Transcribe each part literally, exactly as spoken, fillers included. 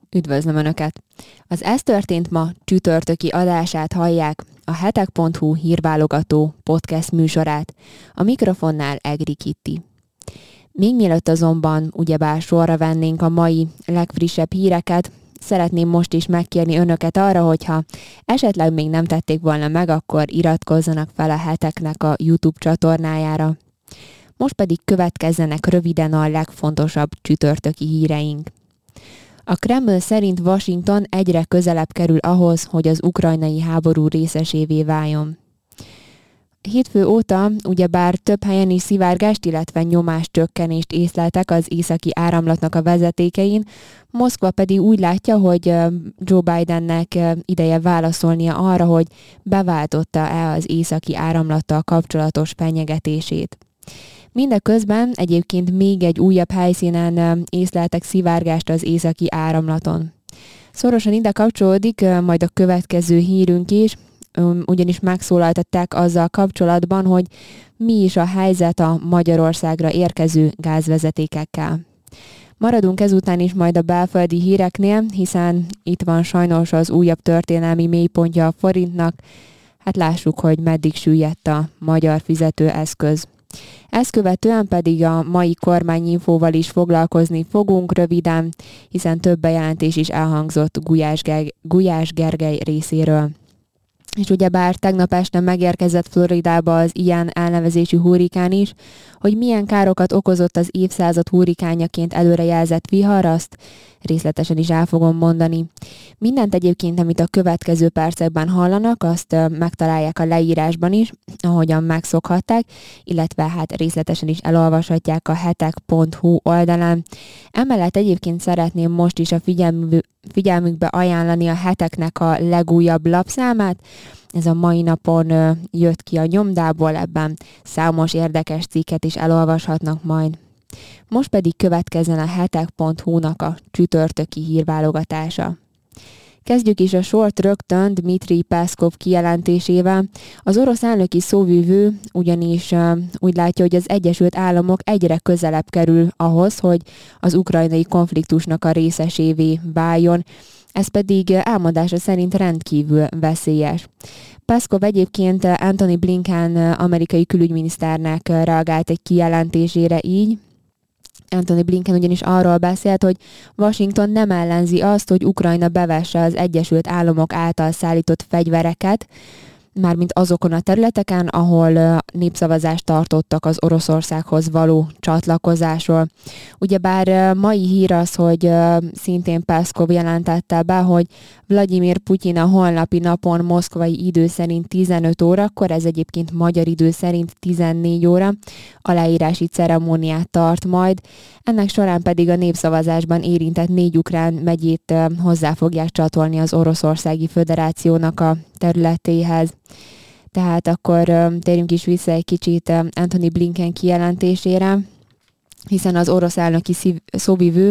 Üdvözlöm Önöket! Az Ez történt ma csütörtöki adását hallják, a hetek pont hu hírválogató podcast műsorát, a mikrofonnál Egri Kitti. Még mielőtt azonban ugyebár sorra vennénk a mai legfrissebb híreket, szeretném most is megkérni Önöket arra, hogyha esetleg még nem tették volna meg, akkor iratkozzanak fel a heteknek a YouTube csatornájára. Most pedig következzenek röviden a legfontosabb csütörtöki híreink. A Kreml szerint Washington egyre közelebb kerül ahhoz, hogy az ukrajnai háború részesévé váljon. Hétfő óta ugyebár több helyen is szivárgást, illetve nyomáscsökkenést észleltek az északi áramlatnak a vezetékein, Moszkva pedig úgy látja, hogy Joe Bidennek ideje válaszolnia arra, hogy beváltotta-e az északi áramlattal kapcsolatos fenyegetését. Mindeközben egyébként még egy újabb helyszínen észleltek szivárgást az északi áramlaton. Szorosan ide kapcsolódik majd a következő hírünk is, ugyanis megszólaltatták azzal kapcsolatban, hogy mi is a helyzet a Magyarországra érkező gázvezetékekkel. Maradunk ezután is majd a belföldi híreknél, hiszen itt van sajnos az újabb történelmi mélypontja a forintnak. Hát lássuk, hogy meddig süllyedt a magyar fizetőeszköz. Ezt követően pedig a mai kormányinfóval is foglalkozni fogunk röviden, hiszen több bejelentés is elhangzott Gulyás, Ger- Gulyás Gergely részéről. És ugyebár tegnap este megérkezett Floridába az ilyen elnevezésű hurrikán is, hogy milyen károkat okozott az évszázad hurrikánjaként előrejelzett vihar, azt részletesen is el fogom mondani. Mindent egyébként, amit a következő percekben hallanak, azt megtalálják a leírásban is, ahogyan megszokhatták, illetve hát részletesen is elolvashatják a hetek pont hu oldalán. Emellett egyébként szeretném most is a figyelmük, figyelmükbe ajánlani a heteknek a legújabb lapszámát. Ez a mai napon ö, jött ki a nyomdából, ebben számos érdekes cikket is elolvashatnak majd. Most pedig következzen a hetek pont hu-nak a csütörtöki hírválogatása. Kezdjük is a sort rögtön Dmitri Peszkov kijelentésével. Az orosz elnöki szóvivő ugyanis uh, úgy látja, hogy az Egyesült Államok egyre közelebb kerül ahhoz, hogy az ukrajnai konfliktusnak a részesévé váljon. Ez pedig elmondása szerint rendkívül veszélyes. Peszkov egyébként Antony Blinken amerikai külügyminiszternek reagált egy kijelentésére így. Antony Blinken ugyanis arról beszélt, hogy Washington nem ellenzi azt, hogy Ukrajna bevesse az Egyesült Államok által szállított fegyvereket, mármint azokon a területeken, ahol népszavazást tartottak az Oroszországhoz való csatlakozásról. Ugyebár mai hír az, hogy szintén Peszkov jelentette be, hogy Vladimir Putyin a holnapi napon moszkvai idő szerint tizenöt órakor, ez egyébként magyar idő szerint tizennégy óra, aláírási ceremóniát tart majd. Ennek során pedig a népszavazásban érintett négy ukrán megyét hozzá fogják csatolni az Oroszországi Föderációnak a területéhez. Tehát akkor térjünk is vissza egy kicsit Antony Blinken kijelentésére, hiszen az orosz elnöki szóvivő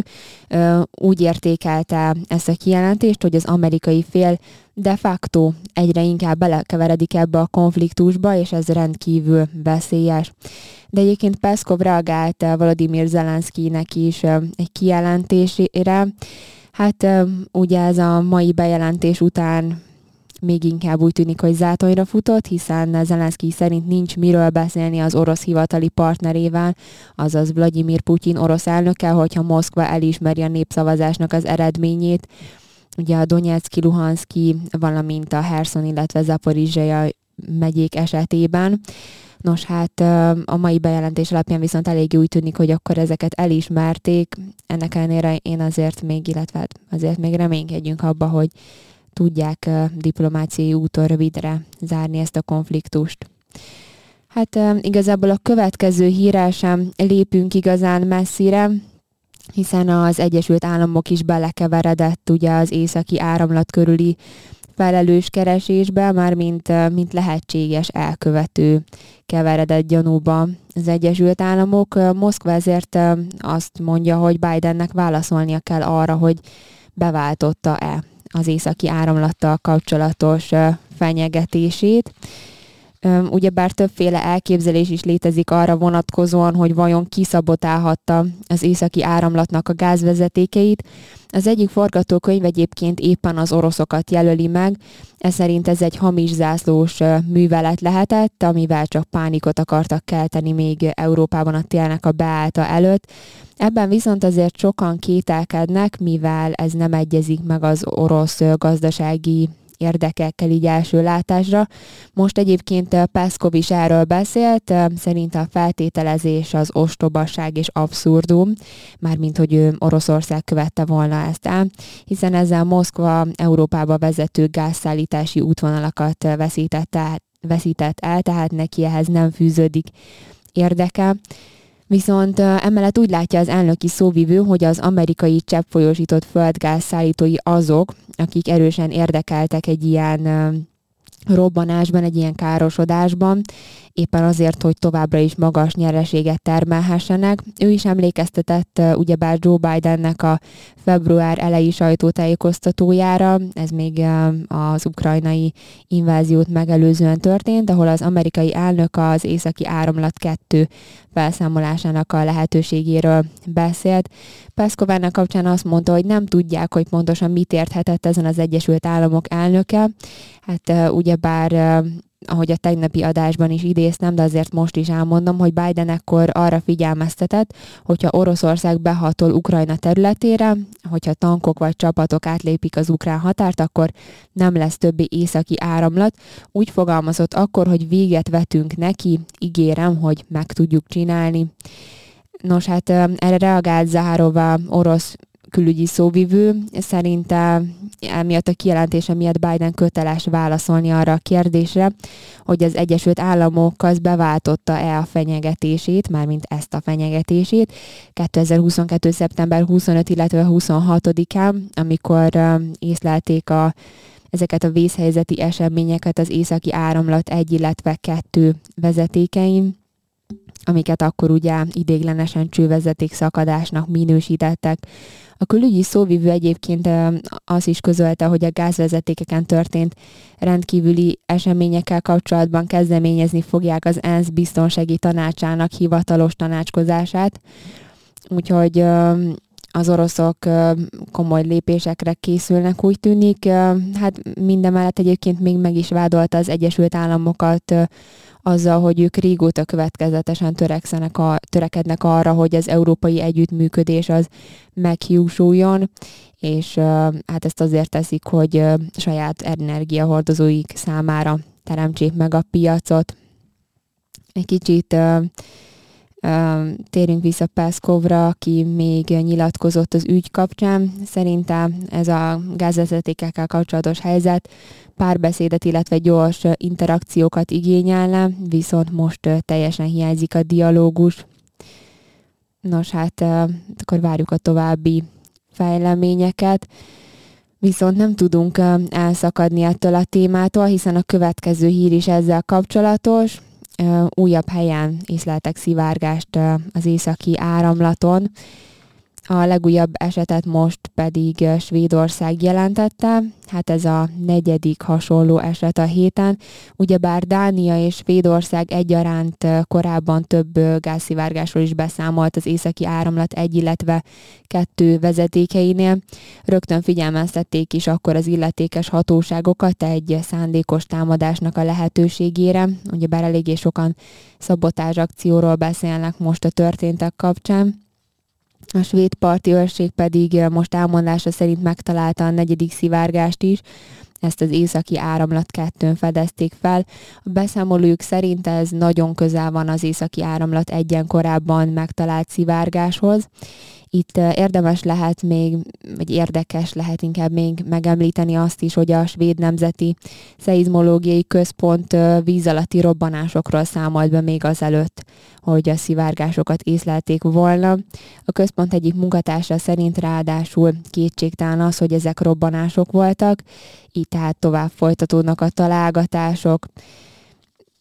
úgy értékelte ezt a kijelentést, hogy az amerikai fél de facto egyre inkább belekeveredik ebbe a konfliktusba, és ez rendkívül veszélyes. De egyébként Peszkov reagált Volodymyr Zelenszkijnek is egy kijelentésére. Hát ugye ez a mai bejelentés után még inkább úgy tűnik, hogy zátonyra futott, hiszen Zelenszkij szerint nincs miről beszélni az orosz hivatali partnerével, azaz Vladimir Putyin orosz elnökkel, hogyha Moszkva elismeri a népszavazásnak az eredményét. Ugye a Donetszki, Luhanszki, valamint a Herszon, illetve Zaporizsja megyék esetében. Nos, hát a mai bejelentés alapján viszont eléggé úgy tűnik, hogy akkor ezeket elismerték. Ennek ellenére én azért még, illetve azért még reménykedjünk abba, hogy tudják uh, diplomáciai úton rövidre zárni ezt a konfliktust. Hát uh, igazából a következő hírrel sem lépünk igazán messzire, hiszen az Egyesült Államok is belekeveredett ugye az északi áramlat körüli felelős keresésbe, mármint uh, mint lehetséges elkövető keveredett gyanúba az Egyesült Államok. Uh, Moszkva ezért uh, azt mondja, hogy Bidennek válaszolnia kell arra, hogy beváltotta-e az északi áramlattal kapcsolatos fenyegetését. Ugyebár többféle elképzelés is létezik arra vonatkozóan, hogy vajon ki szabotálhatta az északi áramlatnak a gázvezetékeit. Az egyik forgatókönyv egyébként éppen az oroszokat jelöli meg, ez szerint ez egy hamis zászlós művelet lehetett, amivel csak pánikot akartak kelteni még Európában a télnek a beállta előtt. Ebben viszont azért sokan kételkednek, mivel ez nem egyezik meg az orosz gazdasági érdekekkel így első látásra. Most egyébként Peszkov is erről beszélt, szerint a feltételezés az ostobaság és abszurdum, mármint hogy ő Oroszország követte volna ezt el, hiszen ezzel Moszkva Európába vezető gázszállítási útvonalakat veszített, veszített el, tehát neki ehhez nem fűződik érdeke. Viszont emellett úgy látja az elnöki szóvivő, hogy az amerikai cseppfolyósított földgáz szállítói azok, akik erősen érdekeltek egy ilyen robbanásban, egy ilyen károsodásban, éppen azért, hogy továbbra is magas nyereséget termelhessenek. Ő is emlékeztetett ugyebár Joe Bidennek a február eleji sajtótájékoztatójára, ez még az ukrajnai inváziót megelőzően történt, ahol az amerikai elnök az északi áramlat kettő felszámolásának a lehetőségéről beszélt. Peszkov ennek kapcsán azt mondta, hogy nem tudják, hogy pontosan mit érthetett ezen az Egyesült Államok elnöke. Hát ugyebár ahogy a tegnapi adásban is idéztem, de azért most is elmondom, hogy Biden ekkor arra figyelmeztetett, hogyha Oroszország behatol Ukrajna területére, hogyha tankok vagy csapatok átlépik az ukrán határt, akkor nem lesz többi északi áramlat. Úgy fogalmazott akkor, hogy véget vetünk neki, ígérem, hogy meg tudjuk csinálni. Nos, hát erre reagált Zaharova orosz külügyi szóvivő, szerinte emiatt a kijelentése miatt Biden köteles válaszolni arra a kérdésre, hogy az Egyesült Államok az beváltotta-e a fenyegetését, mármint ezt a fenyegetését kétezer-huszonkettő. szeptember huszonötödikén, illetve huszonhatodikán, amikor uh, észlelték a, ezeket a vészhelyzeti eseményeket az északi áramlat egy, illetve kettő vezetékein, amiket akkor ugye idéglenesen csővezeték szakadásnak minősítettek. A külügyi szóvivő egyébként azt is közölte, hogy a gázvezetékeken történt rendkívüli eseményekkel kapcsolatban kezdeményezni fogják az ENSZ biztonsági tanácsának hivatalos tanácskozását. Úgyhogy az oroszok komoly lépésekre készülnek, úgy tűnik. Hát mindemellett egyébként még meg is vádolta az Egyesült Államokat azzal, hogy ők régóta következetesen törekszenek a, törekednek arra, hogy az európai együttműködés az meghiúsuljon, és hát ezt azért teszik, hogy saját energiahordozóik számára teremtsék meg a piacot. Egy kicsit térjünk vissza Peszkovra, aki még nyilatkozott az ügy kapcsán. Szerintem ez a gázvezetékekkel kapcsolatos helyzet párbeszédet, illetve gyors interakciókat igényelne, viszont most teljesen hiányzik a dialógus. Nos, hát akkor várjuk a további fejleményeket. Viszont nem tudunk elszakadni ettől a témától, hiszen a következő hír is ezzel kapcsolatos. Újabb helyen észleltek szivárgást az északi áramlaton. A legújabb esetet most pedig Svédország jelentette, hát ez a negyedik hasonló eset a héten. Ugyebár Dánia és Svédország egyaránt korábban több gázszivárgásról is beszámolt az északi áramlat egy, illetve kettő vezetékeinél. Rögtön figyelmeztették is akkor az illetékes hatóságokat egy szándékos támadásnak a lehetőségére. Ugyebár eléggé sokan szabotázs akcióról beszélnek most a történtek kapcsán. A svéd parti őrség pedig most elmondása szerint megtalálta a negyedik szivárgást is, ezt az északi áramlat kettőn fedezték fel. A beszámolójuk szerint ez nagyon közel van az északi áramlat egyen korábban megtalált szivárgáshoz. Itt érdemes lehet még, vagy érdekes lehet inkább még megemlíteni azt is, hogy a Svéd Nemzeti Szeizmológiai Központ víz alatti robbanásokról számolt be még azelőtt, hogy a szivárgásokat észlelték volna. A központ egyik munkatársa szerint ráadásul kétségtelen az, hogy ezek robbanások voltak, így tehát tovább folytatódnak a találgatások.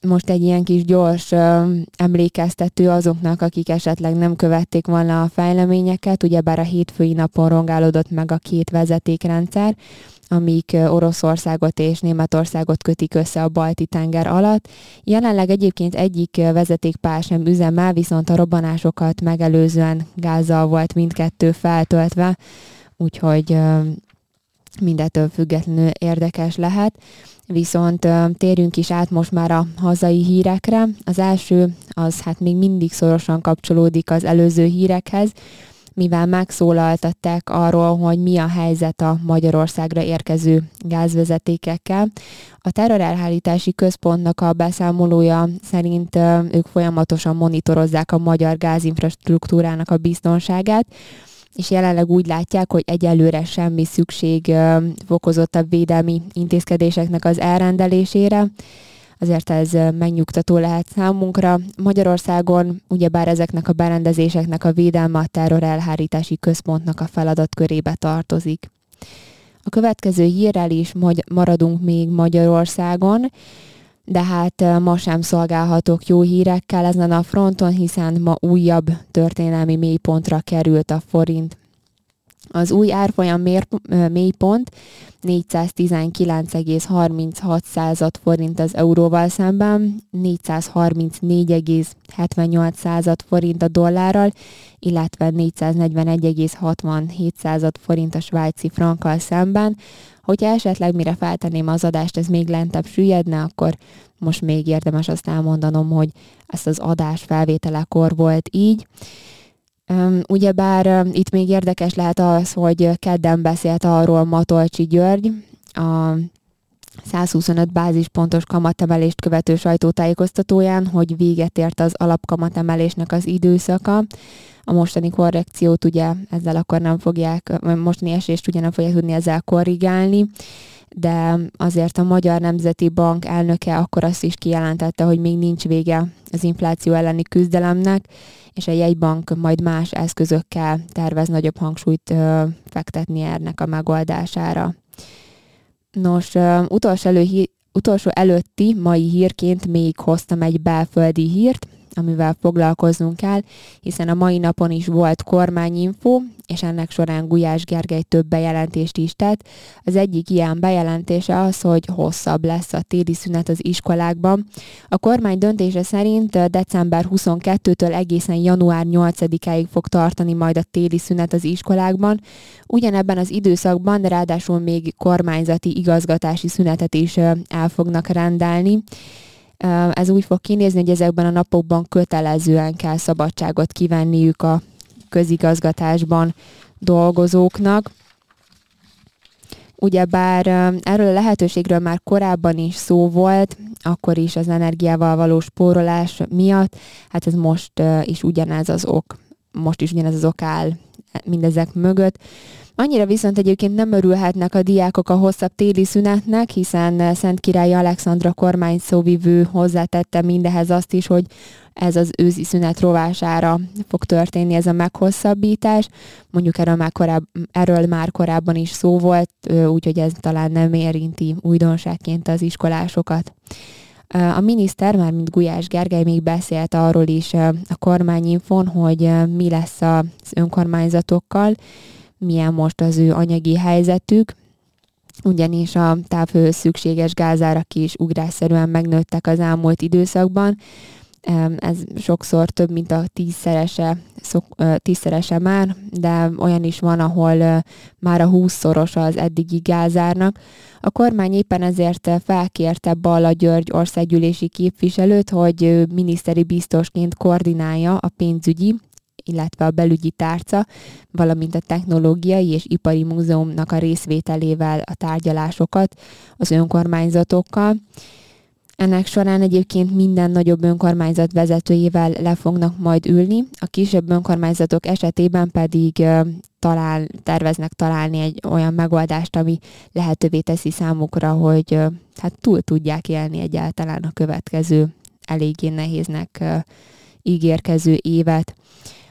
most egy ilyen kis gyors emlékeztető azoknak, akik esetleg nem követték volna a fejleményeket, ugyebár a hétfői napon rongálódott meg a két vezetékrendszer, amik Oroszországot és Németországot kötik össze a Balti-tenger alatt. Jelenleg egyébként egyik vezetékpár sem üzemel, viszont a robbanásokat megelőzően gázzal volt mindkettő feltöltve, úgyhogy mindettől függetlenül érdekes lehet. Viszont térjünk is át most már a hazai hírekre. Az első, az hát még mindig szorosan kapcsolódik az előző hírekhez, mivel megszólaltatták arról, hogy mi a helyzet a Magyarországra érkező gázvezetékekkel. A terrorelhárítási központnak a beszámolója szerint ők folyamatosan monitorozzák a magyar gázinfrastruktúrának a biztonságát, és jelenleg úgy látják, hogy egyelőre semmi szükség fokozottabb védelmi intézkedéseknek az elrendelésére. Azért ez megnyugtató lehet számunkra. Magyarországon ugyebár ezeknek a berendezéseknek a védelme a terrorelhárítási központnak a feladatkörébe tartozik. A következő hírrel is maradunk még Magyarországon, de hát ma sem szolgálhatok jó hírekkel ezen a fronton, hiszen ma újabb történelmi mélypontra került a forint. Az új árfolyam mélypont négyszáztizenkilenc egész harminchat forint az euróval szemben, négyszázharmincnégy egész hetvennyolc forint a dollárral, illetve négyszáznegyvenegy egész hatvanhét forint a svájci frankkal szemben. Hogyha esetleg mire feltenném az adást, ez még lentebb süllyedne, akkor most még érdemes azt elmondanom, hogy ezt az adás felvételekor volt így. Um, ugyebár um, itt még érdekes lehet az, hogy kedden beszélt arról Matolcsy György, a százhuszonöt bázispontos kamatemelést követő sajtótájékoztatóján, hogy véget ért az alapkamatemelésnek az időszaka. A mostani korrekciót ugye ezzel akkor nem fogják, mostani esést ugye nem fogják tudni ezzel korrigálni, de azért a Magyar Nemzeti Bank elnöke akkor azt is kijelentette, hogy még nincs vége az infláció elleni küzdelemnek, és a jegybank majd más eszközökkel tervez nagyobb hangsúlyt ö, fektetni ennek a megoldására. Nos, ö, utolsó, előhí, utolsó előtti mai hírként még hoztam egy belföldi hírt, amivel foglalkoznunk kell, hiszen a mai napon is volt kormányinfó, és ennek során Gulyás Gergely több bejelentést is tett. Az egyik ilyen bejelentése az, hogy hosszabb lesz a téli szünet az iskolákban. A kormány döntése szerint december huszonkettőtől egészen január nyolcadikáig fog tartani majd a téli szünet az iskolákban. Ugyanebben az időszakban ráadásul még kormányzati igazgatási szünetet is el fognak rendelni. Ez úgy fog kinézni, hogy ezekben a napokban kötelezően kell szabadságot kivenniük a közigazgatásban dolgozóknak. Ugyebár erről a lehetőségről már korábban is szó volt, akkor is az energiával való spórolás miatt, hát ez most is ugyanez az ok, most is ugyanez az ok áll mindezek mögött. Annyira viszont egyébként nem örülhetnek a diákok a hosszabb téli szünetnek, hiszen Szentkirályi Alexandra kormány szóvivő hozzátette mindehez azt is, hogy ez az őszi szünet rovására fog történni ez a meghosszabbítás. Mondjuk erről már, korább, erről már korábban is szó volt, úgyhogy ez talán nem érinti újdonságként az iskolásokat. A miniszter, mármint Gulyás Gergely még beszélt arról is a kormányinfon, hogy mi lesz az önkormányzatokkal, milyen most az ő anyagi helyzetük, ugyanis a távhőhöz szükséges gázárak is ugrásszerűen megnőttek az elmúlt időszakban. Ez sokszor több, mint a tízszerese, tízszerese már, de olyan is van, ahol már a húszszoros az eddigi gázárnak. A kormány éppen ezért felkérte Balla György országgyűlési képviselőt, hogy miniszteri biztosként koordinálja a pénzügyi, illetve a belügyi tárca, valamint a Technológiai és Ipari Múzeumnak a részvételével a tárgyalásokat az önkormányzatokkal. Ennek során egyébként minden nagyobb önkormányzat vezetőjével le fognak majd ülni, a kisebb önkormányzatok esetében pedig talál, terveznek találni egy olyan megoldást, ami lehetővé teszi számukra, hogy hát túl tudják élni egyáltalán a következő eléggé nehéznek ígérkező évet.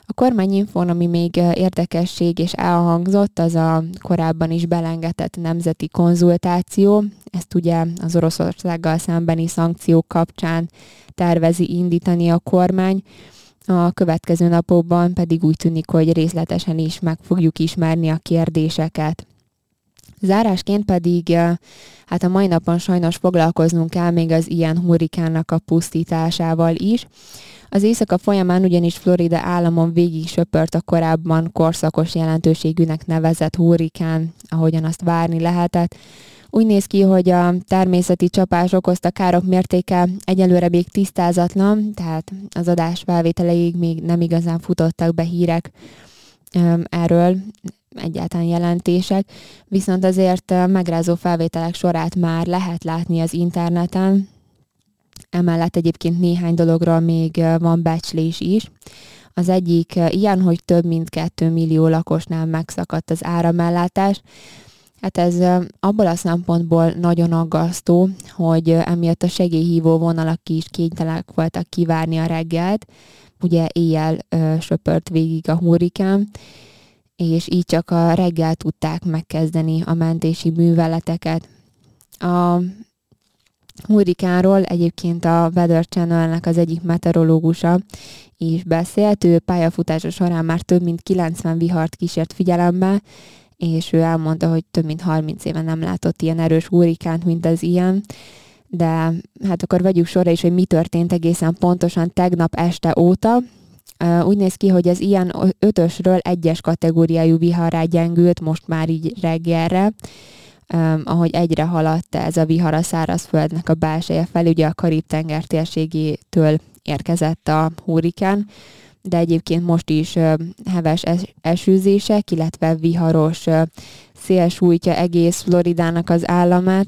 A kormányinfón, ami még érdekesség és elhangzott, az a korábban is belengetett nemzeti konzultáció. Ezt ugye az Oroszországgal szembeni szankciók kapcsán tervezi indítani a kormány. A következő napokban pedig úgy tűnik, hogy részletesen is meg fogjuk ismerni a kérdéseket. Zárásként pedig hát a mai napon sajnos foglalkoznunk kell még az ilyen hurrikánnak a pusztításával is. Az éjszaka folyamán ugyanis Florida államon végig söpört a korábban korszakos jelentőségűnek nevezett hurrikán, ahogyan azt várni lehetett. Úgy néz ki, hogy a természeti csapás okozta károk mértéke egyelőre még tisztázatlan, tehát az adás felvételeig még nem igazán futottak be hírek erről, egyáltalán jelentések, viszont azért megrázó felvételek sorát már lehet látni az interneten. Emellett egyébként néhány dologról még van becslés is. Az egyik ilyen, hogy több mint két millió lakosnál megszakadt az áramellátás. Hát ez abból a szempontból nagyon aggasztó, hogy emiatt a segélyhívó vonalak is kénytelenek voltak kivárni a reggelt. Ugye éjjel ö, söpört végig a hurrikán, és így csak a reggel tudták megkezdeni a mentési műveleteket. A hurrikánról egyébként a Weather Channelnek az egyik meteorológusa is beszélt. Ő pályafutása során már több mint kilencven vihart kísért figyelembe, és ő elmondta, hogy több mint harminc éve nem látott ilyen erős hurrikánt, mint az ilyen. De hát akkor vegyük sorra is, hogy mi történt egészen pontosan tegnap este óta. Úgy néz ki, hogy az ilyen ötösről egyes kategóriájú viharrá gyengült most már így reggelre, Um, ahogy egyre haladt ez a vihar a szárazföldnek a belsője felé, ugye a Karib-tenger térségétől érkezett a hurrikán, de egyébként most is uh, heves es- esőzések, illetve viharos uh, szél sújtja egész Floridának az államát.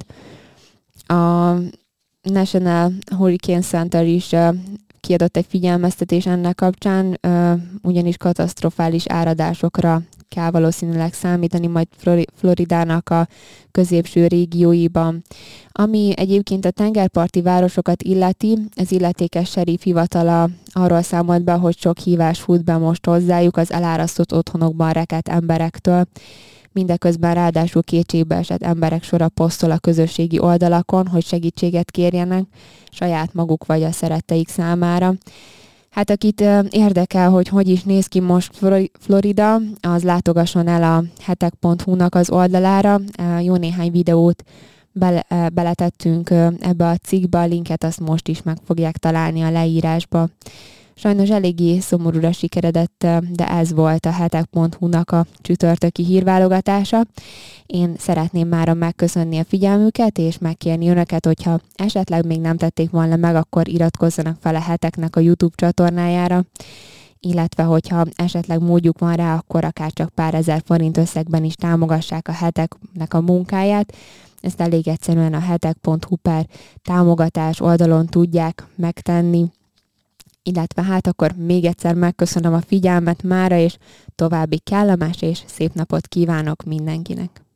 A National Hurricane Center is uh, kiadott egy figyelmeztetés ennek kapcsán, uh, ugyanis katasztrofális áradásokra kell valószínűleg számítani majd Floridának a középső régióiban. Ami egyébként a tengerparti városokat illeti, az illetékes seriff hivatala arról számolt be, hogy sok hívás fut be most hozzájuk az elárasztott otthonokban rekedt emberektől. Mindeközben ráadásul kétségbe esett emberek sora posztol a közösségi oldalakon, hogy segítséget kérjenek saját maguk vagy a szeretteik számára. Hát akit érdekel, hogy hogy is néz ki most Florida, az látogasson el a hetek pont hu-nak az oldalára. Jó néhány videót bele, beletettünk ebbe a cikkbe, a linket azt most is meg fogják találni a leírásba. Sajnos eléggé szomorúra sikeredett, de ez volt a hetek pont hu-nak a csütörtöki hírválogatása. Én szeretném mára megköszönni a figyelmüket, és megkérni önöket, hogyha esetleg még nem tették volna meg, akkor iratkozzanak fel a Heteknek a YouTube csatornájára, illetve hogyha esetleg módjuk van rá, akkor akár csak pár ezer forint összegben is támogassák a Heteknek a munkáját. Ezt elég egyszerűen a hetek pont hu per támogatás oldalon tudják megtenni. Illetve hát akkor még egyszer megköszönöm a figyelmet mára, és további kellemes és szép napot kívánok mindenkinek.